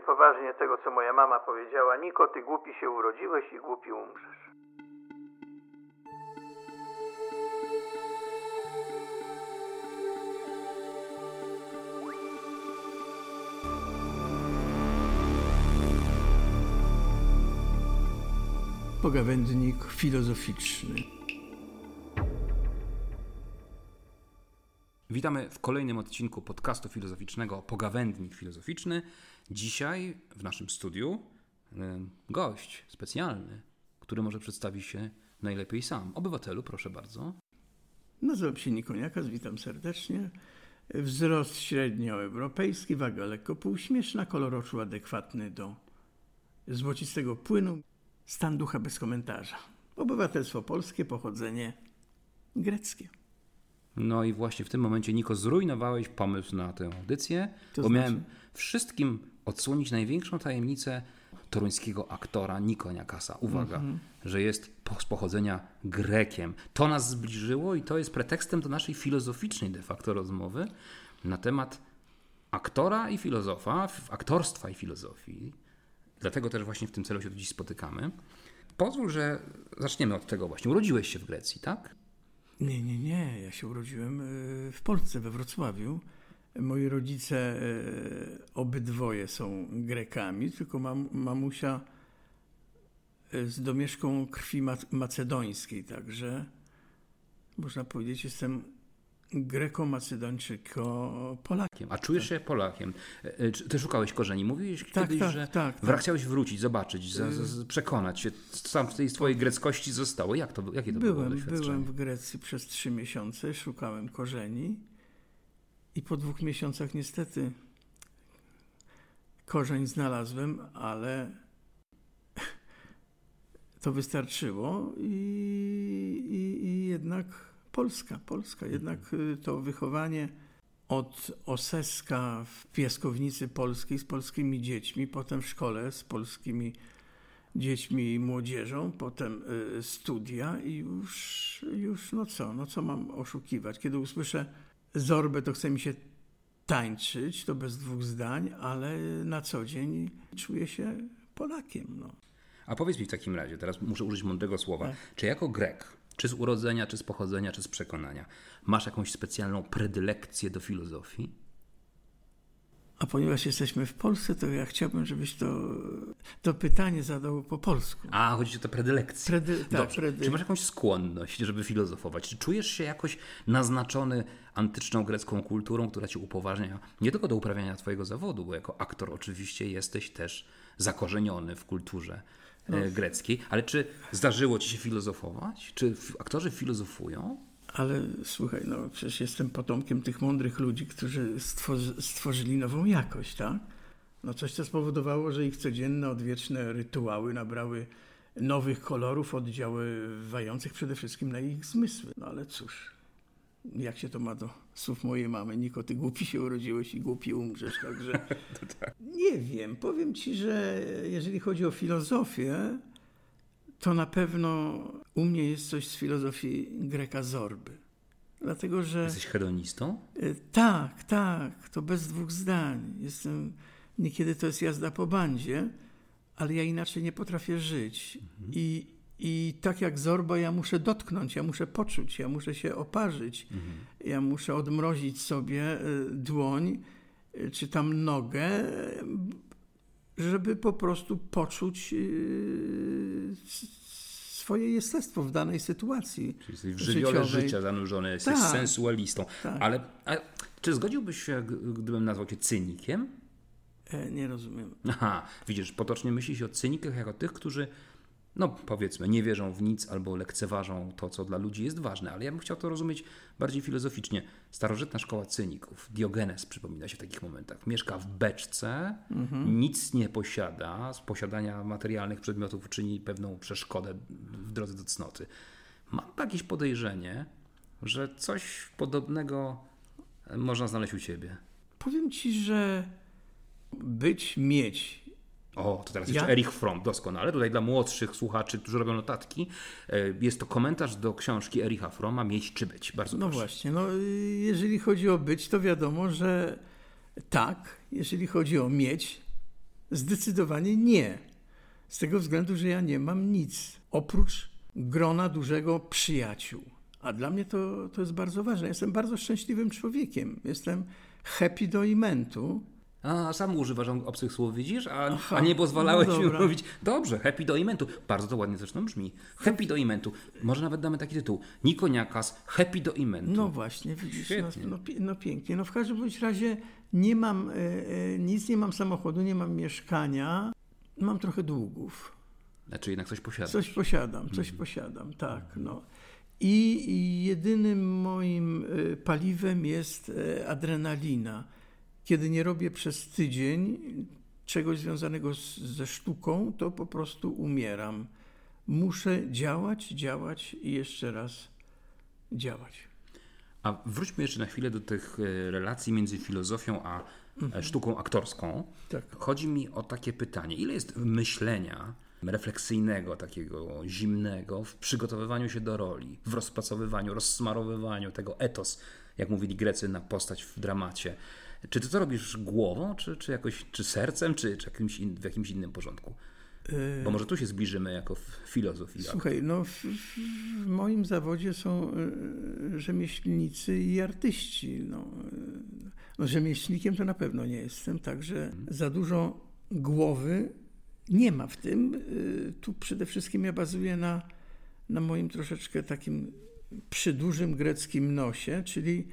się poważnie tego, co moja mama powiedziała. Niko, ty głupi się urodziłeś i głupi umrzesz. Pogawędnik filozoficzny. Witamy w kolejnym odcinku podcastu filozoficznego Pogawędnik filozoficzny. Dzisiaj w naszym studiu gość specjalny, który może przedstawić się najlepiej sam. Obywatelu, proszę bardzo. Nazywam się Nikoniakas, witam serdecznie. Wzrost średnioeuropejski, waga lekko półśmieszna, kolor oczu adekwatny do złocistego płynu. Stan ducha bez komentarza. Obywatelstwo polskie, pochodzenie greckie. No i właśnie w tym momencie, Niko, zrujnowałeś pomysł na tę audycję, bo miałem wszystkim odsłonić największą tajemnicę toruńskiego aktora Nikoniakasa. Uwaga, że jest z pochodzenia Grekiem. To nas zbliżyło i to jest pretekstem do naszej filozoficznej de facto rozmowy na temat aktora i filozofa, aktorstwa i filozofii. Dlatego też właśnie w tym celu się tu dziś spotykamy. Pozwól, że zaczniemy od tego właśnie. Urodziłeś się w Grecji, tak? Nie. Ja się urodziłem w Polsce, we Wrocławiu. Moi rodzice obydwoje są Grekami, tylko mamusia z domieszką krwi macedońskiej. Także można powiedzieć, jestem Greko-Macedończyko-Polakiem. A czujesz się Polakiem? Czy ty szukałeś korzeni? Mówiłeś kiedyś, że chciałeś wrócić, zobaczyć, przekonać się, co tam z tej twojej greckości zostało. Jakie to było doświadczenie? Byłem w Grecji przez 3 miesiące, szukałem korzeni i po 2 miesiącach niestety korzeń znalazłem, ale to wystarczyło i jednak Polska. Jednak to wychowanie od oseska w piaskownicy polskiej z polskimi dziećmi, potem w szkole z polskimi dziećmi i młodzieżą, potem studia i już co mam oszukiwać. Kiedy usłyszę Zorbę, to chce mi się tańczyć, to bez 2 zdań, ale na co dzień czuję się Polakiem. A powiedz mi w takim razie, teraz muszę użyć mądrego słowa, czy jako Grek, czy z urodzenia, czy z pochodzenia, czy z przekonania, masz jakąś specjalną predylekcję do filozofii? A ponieważ jesteśmy w Polsce, to ja chciałbym, żebyś to pytanie zadał po polsku. A, chodzi o tę predylekcję. Czy masz jakąś skłonność, żeby filozofować? Czy czujesz się jakoś naznaczony antyczną grecką kulturą, która cię upoważnia nie tylko do uprawiania twojego zawodu, bo jako aktor oczywiście jesteś też zakorzeniony w kulturze greckiej, ale czy zdarzyło ci się filozofować? Czy aktorzy filozofują? Ale słuchaj, przecież jestem potomkiem tych mądrych ludzi, którzy stworzyli nową jakość, tak? Coś, co spowodowało, że ich codzienne, odwieczne rytuały nabrały nowych kolorów, oddziaływających przede wszystkim na ich zmysły. Ale cóż, jak się to ma do słów mojej mamy? Niko, ty głupi się urodziłeś i głupi umrzesz, także nie wiem. Powiem ci, że jeżeli chodzi o filozofię, to na pewno u mnie jest coś z filozofii Greka Zorby. Dlatego, że... Jesteś hedonistą? Tak, to bez 2 zdań. Niekiedy to jest jazda po bandzie, ale ja inaczej nie potrafię żyć. I tak jak Zorba ja muszę dotknąć, ja muszę poczuć, ja muszę się oparzyć, ja muszę odmrozić sobie dłoń czy tam nogę, żeby po prostu poczuć swoje jestestwo w danej sytuacji. Czyli jesteś w żywiole życia zanurzony, jesteś sensualistą. Tak. Ale czy zgodziłbyś się, gdybym nazwał cię cynikiem? Nie rozumiem. Aha, widzisz, potocznie myśli się o cynikach jako tych, którzy powiedzmy, nie wierzą w nic albo lekceważą to, co dla ludzi jest ważne, ale ja bym chciał to rozumieć bardziej filozoficznie. Starożytna szkoła cyników, Diogenes przypomina się w takich momentach. Mieszka w beczce, nic nie posiada, z posiadania materialnych przedmiotów czyni pewną przeszkodę w drodze do cnoty. Mam jakieś podejrzenie, że coś podobnego można znaleźć u ciebie. Powiem ci, że mieć. O, to teraz jeszcze Erich Fromm, doskonale. Tutaj dla młodszych słuchaczy, którzy robią notatki, jest to komentarz do książki Ericha Fromma Mieć czy być. Bardzo proszę. Właśnie, jeżeli chodzi o być, to wiadomo, że tak. Jeżeli chodzi o mieć, Zdecydowanie nie. Z tego względu, że ja nie mam nic oprócz grona dużego przyjaciół. A dla mnie to jest bardzo ważne. Jestem bardzo szczęśliwym człowiekiem. Jestem happy do imentu. A sam używasz obcych słów, widzisz? A nie pozwalałeś mi mówić. Dobrze, happy do imentu. Bardzo to ładnie zresztą brzmi. Happy do imentu. Może nawet damy taki tytuł. Niko Niakas, happy do imentu. No właśnie, widzisz, no pięknie. No w każdym bądź razie nie mam nic, nie mam samochodu, nie mam mieszkania. Mam trochę długów. Znaczy jednak coś posiadasz. Coś posiadam, tak. No. I jedynym moim paliwem jest adrenalina. Kiedy nie robię przez tydzień czegoś związanego ze sztuką, to po prostu umieram. Muszę działać i jeszcze raz działać. A wróćmy jeszcze na chwilę do tych relacji między filozofią a sztuką aktorską. Tak. Chodzi mi o takie pytanie. Ile jest myślenia refleksyjnego, takiego zimnego w przygotowywaniu się do roli, w rozpracowywaniu, rozsmarowywaniu tego etos, jak mówili Grecy, na postać w dramacie? Czy ty to robisz głową, czy sercem, czy w jakimś innym porządku? Bo może tu się zbliżymy jako filozof. Słuchaj, no w moim zawodzie są rzemieślnicy i artyści. No, rzemieślnikiem to na pewno nie jestem, także za dużo głowy nie ma w tym. Tu przede wszystkim ja bazuję na moim troszeczkę takim przydużym greckim nosie, czyli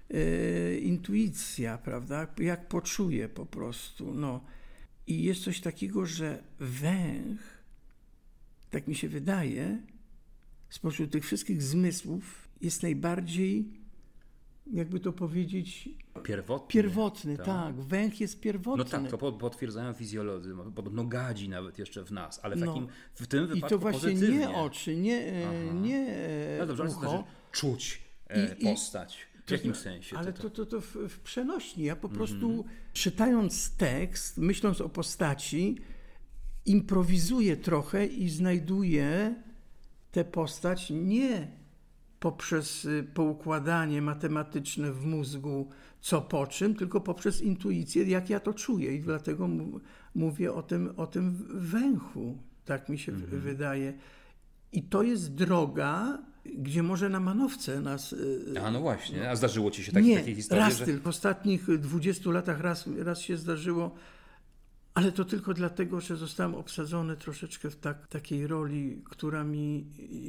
intuicja, prawda? Jak poczuję po prostu. No. I jest coś takiego, że węch, tak mi się wydaje, spośród tych wszystkich zmysłów jest najbardziej, jakby to powiedzieć, pierwotny. Tak. Węch jest pierwotny. No tak, to potwierdzają fizjolodzy, podobno gadzi nawet jeszcze w nas, ale w tym wypadku i to właśnie pozytywnie. Nie oczy, nie no dobrze, ucho. ale czuć postać. W jakim sensie? Ale to w przenośni. Ja po prostu czytając tekst, myśląc o postaci, improwizuję trochę i znajduję tę postać nie poprzez poukładanie matematyczne w mózgu, co po czym, tylko poprzez intuicję, jak ja to czuję. I dlatego mówię o tym węchu. Tak mi się wydaje. I to jest droga, gdzie może na manowce nas... A no właśnie, a zdarzyło ci się takie historie? Raz tylko. W ostatnich 20 latach raz się zdarzyło, ale to tylko dlatego, że zostałem obsadzony troszeczkę w takiej roli, która mi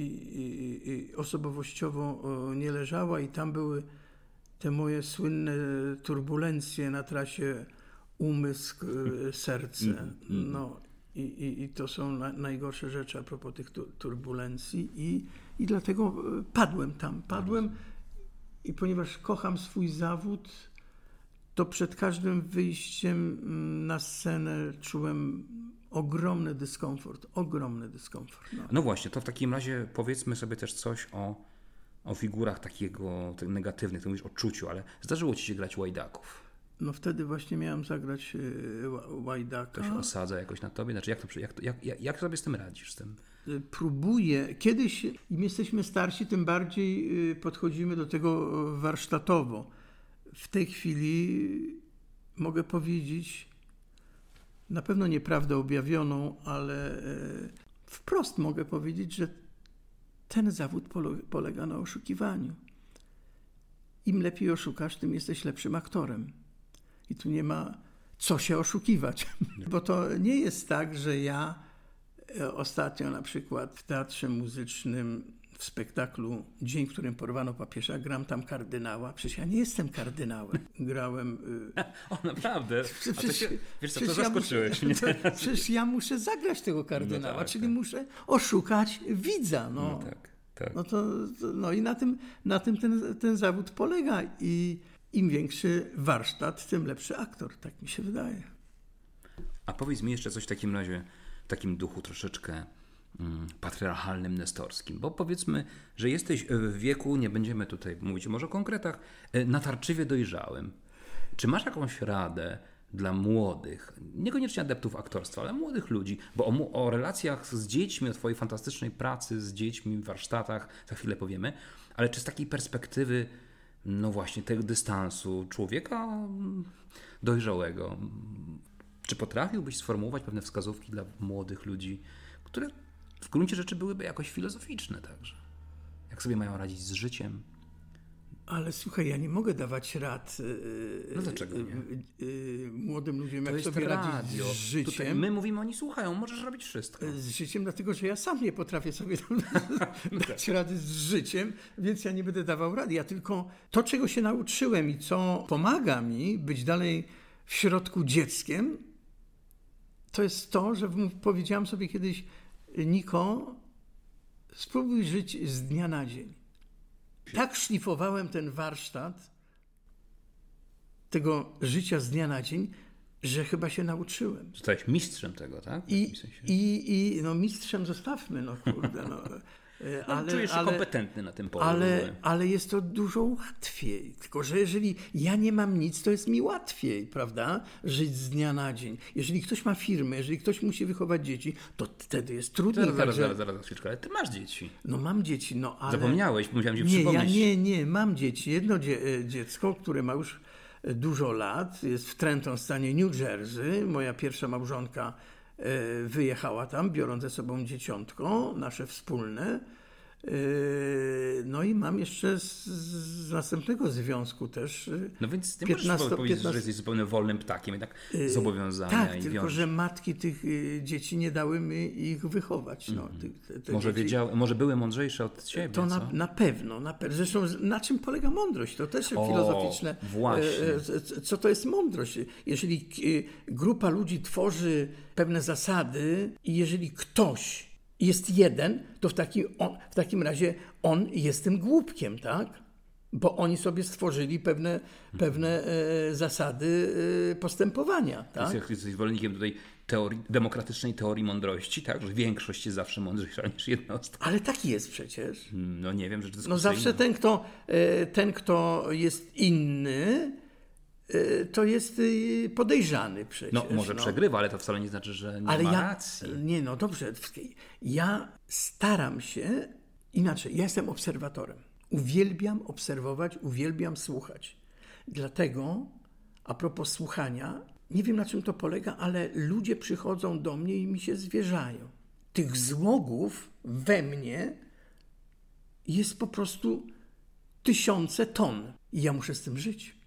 osobowościowo nie leżała i tam były te moje słynne turbulencje na trasie umysł, serce. No. I to są najgorsze rzeczy a propos tych turbulencji i dlatego padłem i ponieważ kocham swój zawód, to przed każdym wyjściem na scenę czułem ogromny dyskomfort. No właśnie, to w takim razie powiedzmy sobie też coś o figurach takiego negatywnych, ty mówisz o czuciu, ale zdarzyło ci się grać łajdaków? No wtedy właśnie miałem zagrać łajdaka. To się osadza jakoś na tobie? Znaczy jak sobie z tym radzisz? Z tym? Próbuję. Kiedyś, im jesteśmy starsi, tym bardziej podchodzimy do tego warsztatowo. W tej chwili mogę powiedzieć, na pewno nieprawdę objawioną, ale wprost mogę powiedzieć, że ten zawód polega na oszukiwaniu. Im lepiej oszukasz, tym jesteś lepszym aktorem. I tu nie ma co się oszukiwać, bo to nie jest tak, że ja ostatnio na przykład w Teatrze Muzycznym w spektaklu Dzień, w którym porwano papieża, gram tam kardynała. Przecież ja nie jestem kardynałem. Grałem... O, naprawdę? Wiesz co, to zaskoczyłeś mnie. Przecież ja muszę zagrać tego kardynała, czyli muszę oszukać widza. No tak. No i na tym ten zawód polega. I im większy warsztat, tym lepszy aktor. Tak mi się wydaje. A powiedz mi jeszcze coś w takim razie, w takim duchu troszeczkę patriarchalnym, nestorskim. Bo powiedzmy, że jesteś w wieku, nie będziemy tutaj mówić może o konkretach, natarczywie dojrzałym. Czy masz jakąś radę dla młodych, niekoniecznie adeptów aktorstwa, ale młodych ludzi, bo o relacjach z dziećmi, o twojej fantastycznej pracy z dziećmi w warsztatach za chwilę powiemy, ale czy z takiej perspektywy, no właśnie, tego dystansu człowieka dojrzałego, Czy potrafiłbyś sformułować pewne wskazówki dla młodych ludzi, które w gruncie rzeczy byłyby jakoś filozoficzne także? Jak sobie mają radzić z życiem? Ale słuchaj, ja nie mogę dawać rad No dlaczego nie? Młodym ludziom, To jak jest sobie radzić radio. z życiem. Tutaj my mówimy, oni słuchają, możesz robić wszystko. Z życiem, dlatego że ja sam nie potrafię sobie dać rady z życiem, więc ja nie będę dawał rady. Ja tylko to, czego się nauczyłem i co pomaga mi być dalej w środku dzieckiem, to jest to, że powiedziałam sobie kiedyś: Niko, spróbuj żyć z dnia na dzień. Tak szlifowałem ten warsztat tego życia z dnia na dzień, że chyba się nauczyłem. Zostałeś mistrzem tego, tak? I mistrzem zostawmy, no kurde, no. Czujesz się kompetentny na tym polu. Ale jest to dużo łatwiej. Tylko że jeżeli ja nie mam nic, to jest mi łatwiej, prawda? Żyć z dnia na dzień. Jeżeli ktoś ma firmę, jeżeli ktoś musi wychować dzieci, to wtedy jest trudniej. Zaraz, chwileczkę, ale ty masz dzieci. No mam dzieci, no ale... Zapomniałeś, musiałem ci przypomnieć. Nie, mam dzieci. Jedno dziecko, które ma już dużo lat, jest w Trenton, stanie New Jersey. Moja pierwsza małżonka wyjechała tam, biorąc ze sobą dzieciątko, nasze wspólne. No i mam jeszcze z następnego związku też. No więc ty możesz powiedzieć, że jesteś zupełnie wolnym ptakiem, jednak zobowiązania tak, i tylko wiążesz. że matki tych dzieci nie dały mi ich wychować. No, Może były mądrzejsze od ciebie, to co? na pewno. Zresztą na czym polega mądrość? To też filozoficzne. Właśnie. Co to jest mądrość? Jeżeli grupa ludzi tworzy pewne zasady i jeżeli ktoś jest jeden, to w takim razie on jest tym głupkiem, tak? Bo oni sobie stworzyli pewne zasady postępowania. Tak? Jesteś zwolennikiem tutaj demokratycznej teorii mądrości, tak? Że większość jest zawsze mądrzejsza niż jednostka. Ale tak jest przecież. No nie wiem, że dyskusyjne. No zawsze ten, kto jest inny, to jest podejrzany przecież. No może przegrywa, ale to wcale nie znaczy, że nie ma racji. Nie, no dobrze. Ja staram się inaczej. Ja jestem obserwatorem. Uwielbiam obserwować, uwielbiam słuchać. Dlatego, a propos słuchania, nie wiem, na czym to polega, ale ludzie przychodzą do mnie i mi się zwierzają. Tych złogów we mnie jest po prostu 1000 ton. I ja muszę z tym żyć.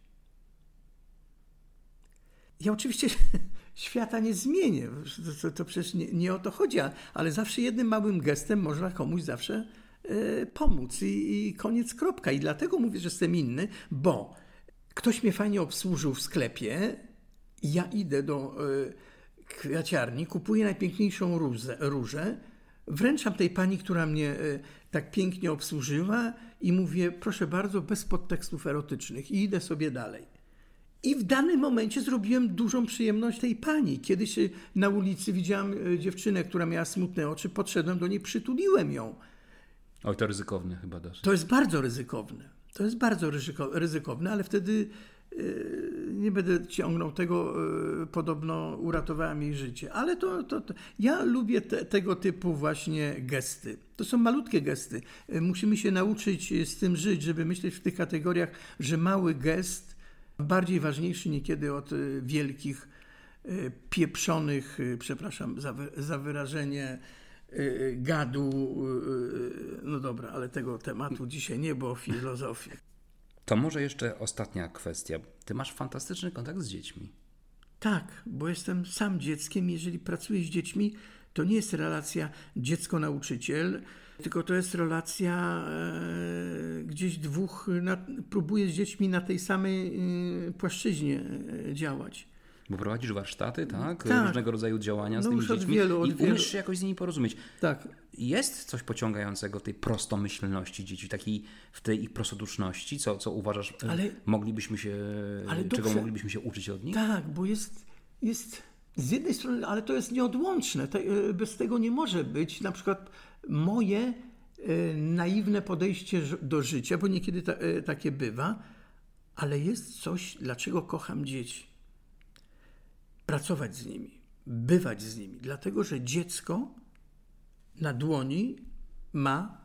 Ja oczywiście świata nie zmienię, to przecież nie o to chodzi, ale zawsze jednym małym gestem można komuś zawsze pomóc i koniec, kropka. I dlatego mówię, że jestem inny, bo ktoś mnie fajnie obsłużył w sklepie, ja idę do kwiaciarni, kupuję najpiękniejszą różę, wręczam tej pani, która mnie tak pięknie obsłużyła i mówię: proszę bardzo, bez podtekstów erotycznych, i idę sobie dalej. I w danym momencie zrobiłem dużą przyjemność tej pani. Kiedyś na ulicy widziałem dziewczynę, która miała smutne oczy, podszedłem do niej, przytuliłem ją. Oj, to ryzykowne chyba dosyć. To jest bardzo ryzykowne. To jest bardzo ryzykowne, ale wtedy nie będę ciągnął tego, podobno uratowałem jej życie. Ale ja lubię tego typu właśnie gesty. To są malutkie gesty. Musimy się nauczyć z tym żyć, żeby myśleć w tych kategoriach, że mały gest bardziej ważniejszy niekiedy od wielkich, pieprzonych, przepraszam za wyrażenie, gadu. No dobra, ale tego tematu dzisiaj nie, bo filozofii. To może jeszcze ostatnia kwestia. Ty masz fantastyczny kontakt z dziećmi. Tak, bo jestem sam dzieckiem. Jeżeli pracuję z dziećmi, to nie jest relacja dziecko-nauczyciel, tylko to jest relacja gdzieś dwóch, próbuję z dziećmi na tej samej płaszczyźnie działać. Bo prowadzisz warsztaty, tak? Tak. Różnego rodzaju działania z tymi już dziećmi i umiesz się jakoś z nimi porozumieć. Tak. Jest coś pociągającego w tej prostomyślności dzieci, w tej ich prostoduszności, co uważasz, czego moglibyśmy się uczyć od nich? Tak, bo jest z jednej strony, ale to jest nieodłączne. Bez tego nie może być na przykład moje naiwne podejście do życia, bo niekiedy takie bywa, ale jest coś, dlaczego kocham dzieci. Pracować z nimi, bywać z nimi, dlatego że dziecko na dłoni ma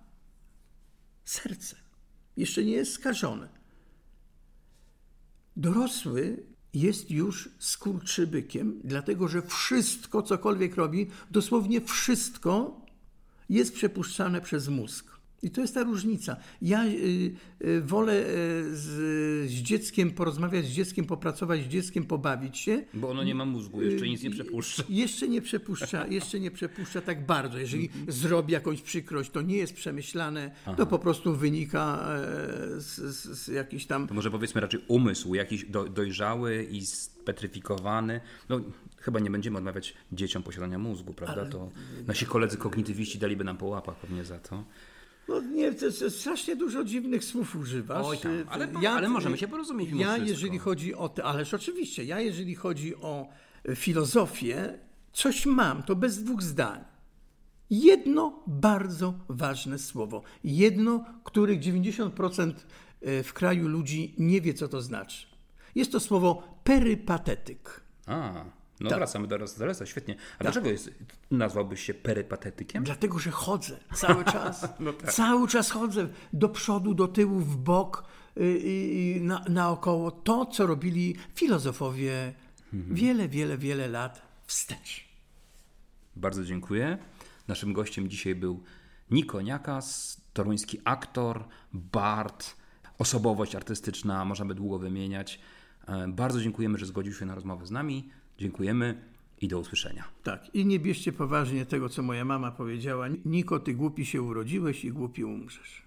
serce. Jeszcze nie jest skażone. Dorosły jest już skurczybykiem, dlatego że wszystko, cokolwiek robi, dosłownie wszystko jest przepuszczane przez mózg. I to jest ta różnica. Ja wolę z dzieckiem porozmawiać z dzieckiem, popracować z dzieckiem, pobawić się. Bo ono nie ma mózgu, jeszcze nic nie przepuszcza. Jeszcze nie przepuszcza tak bardzo. Jeżeli zrobi jakąś przykrość, to nie jest przemyślane, to po prostu wynika z jakichś tam... To może powiedzmy raczej umysł, jakiś dojrzały i spetryfikowany. No, chyba nie będziemy odmawiać dzieciom posiadania mózgu, prawda? To nasi koledzy kognitywiści daliby nam po łapach pewnie za to. No nie, to strasznie dużo dziwnych słów używasz. Oj tam, ale możemy się porozumieć mimo wszystko. Jeżeli chodzi o ależ oczywiście, jeżeli chodzi o filozofię, coś mam, to bez dwóch zdań. Jedno bardzo ważne słowo. Jedno, których 90% w kraju ludzi nie wie, co to znaczy. Jest to słowo perypatetyk. No tak. Wracamy do Aristotelesa, świetnie. A dlaczego nazwałbyś się perypatetykiem? Dlatego, że chodzę cały czas. Cały czas chodzę do przodu, do tyłu, w bok i naokoło. To, co robili filozofowie wiele lat wstecz. Bardzo dziękuję. Naszym gościem dzisiaj był Niko Niakas, toruński aktor, bard, osobowość artystyczna, można by długo wymieniać. Bardzo dziękujemy, że zgodził się na rozmowę z nami. Dziękujemy i do usłyszenia. Tak, i nie bierzcie poważnie tego, co moja mama powiedziała. Niko, ty głupi się urodziłeś i głupi umrzesz.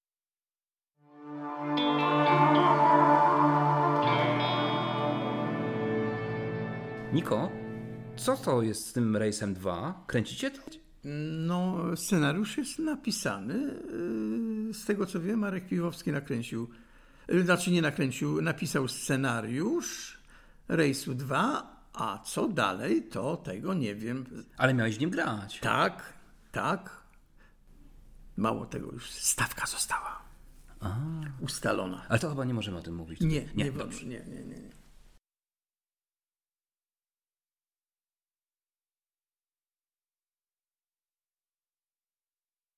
Niko, co to jest z tym Rejsem 2? Kręcicie to? No, scenariusz jest napisany. Z tego, co wiem, Marek Piwowski napisał scenariusz Rejsu 2, a co dalej, to tego nie wiem. Ale miałeś w nim grać. Tak. Mało tego, już stawka została ustalona. Ale to chyba nie możemy o tym mówić. Nie.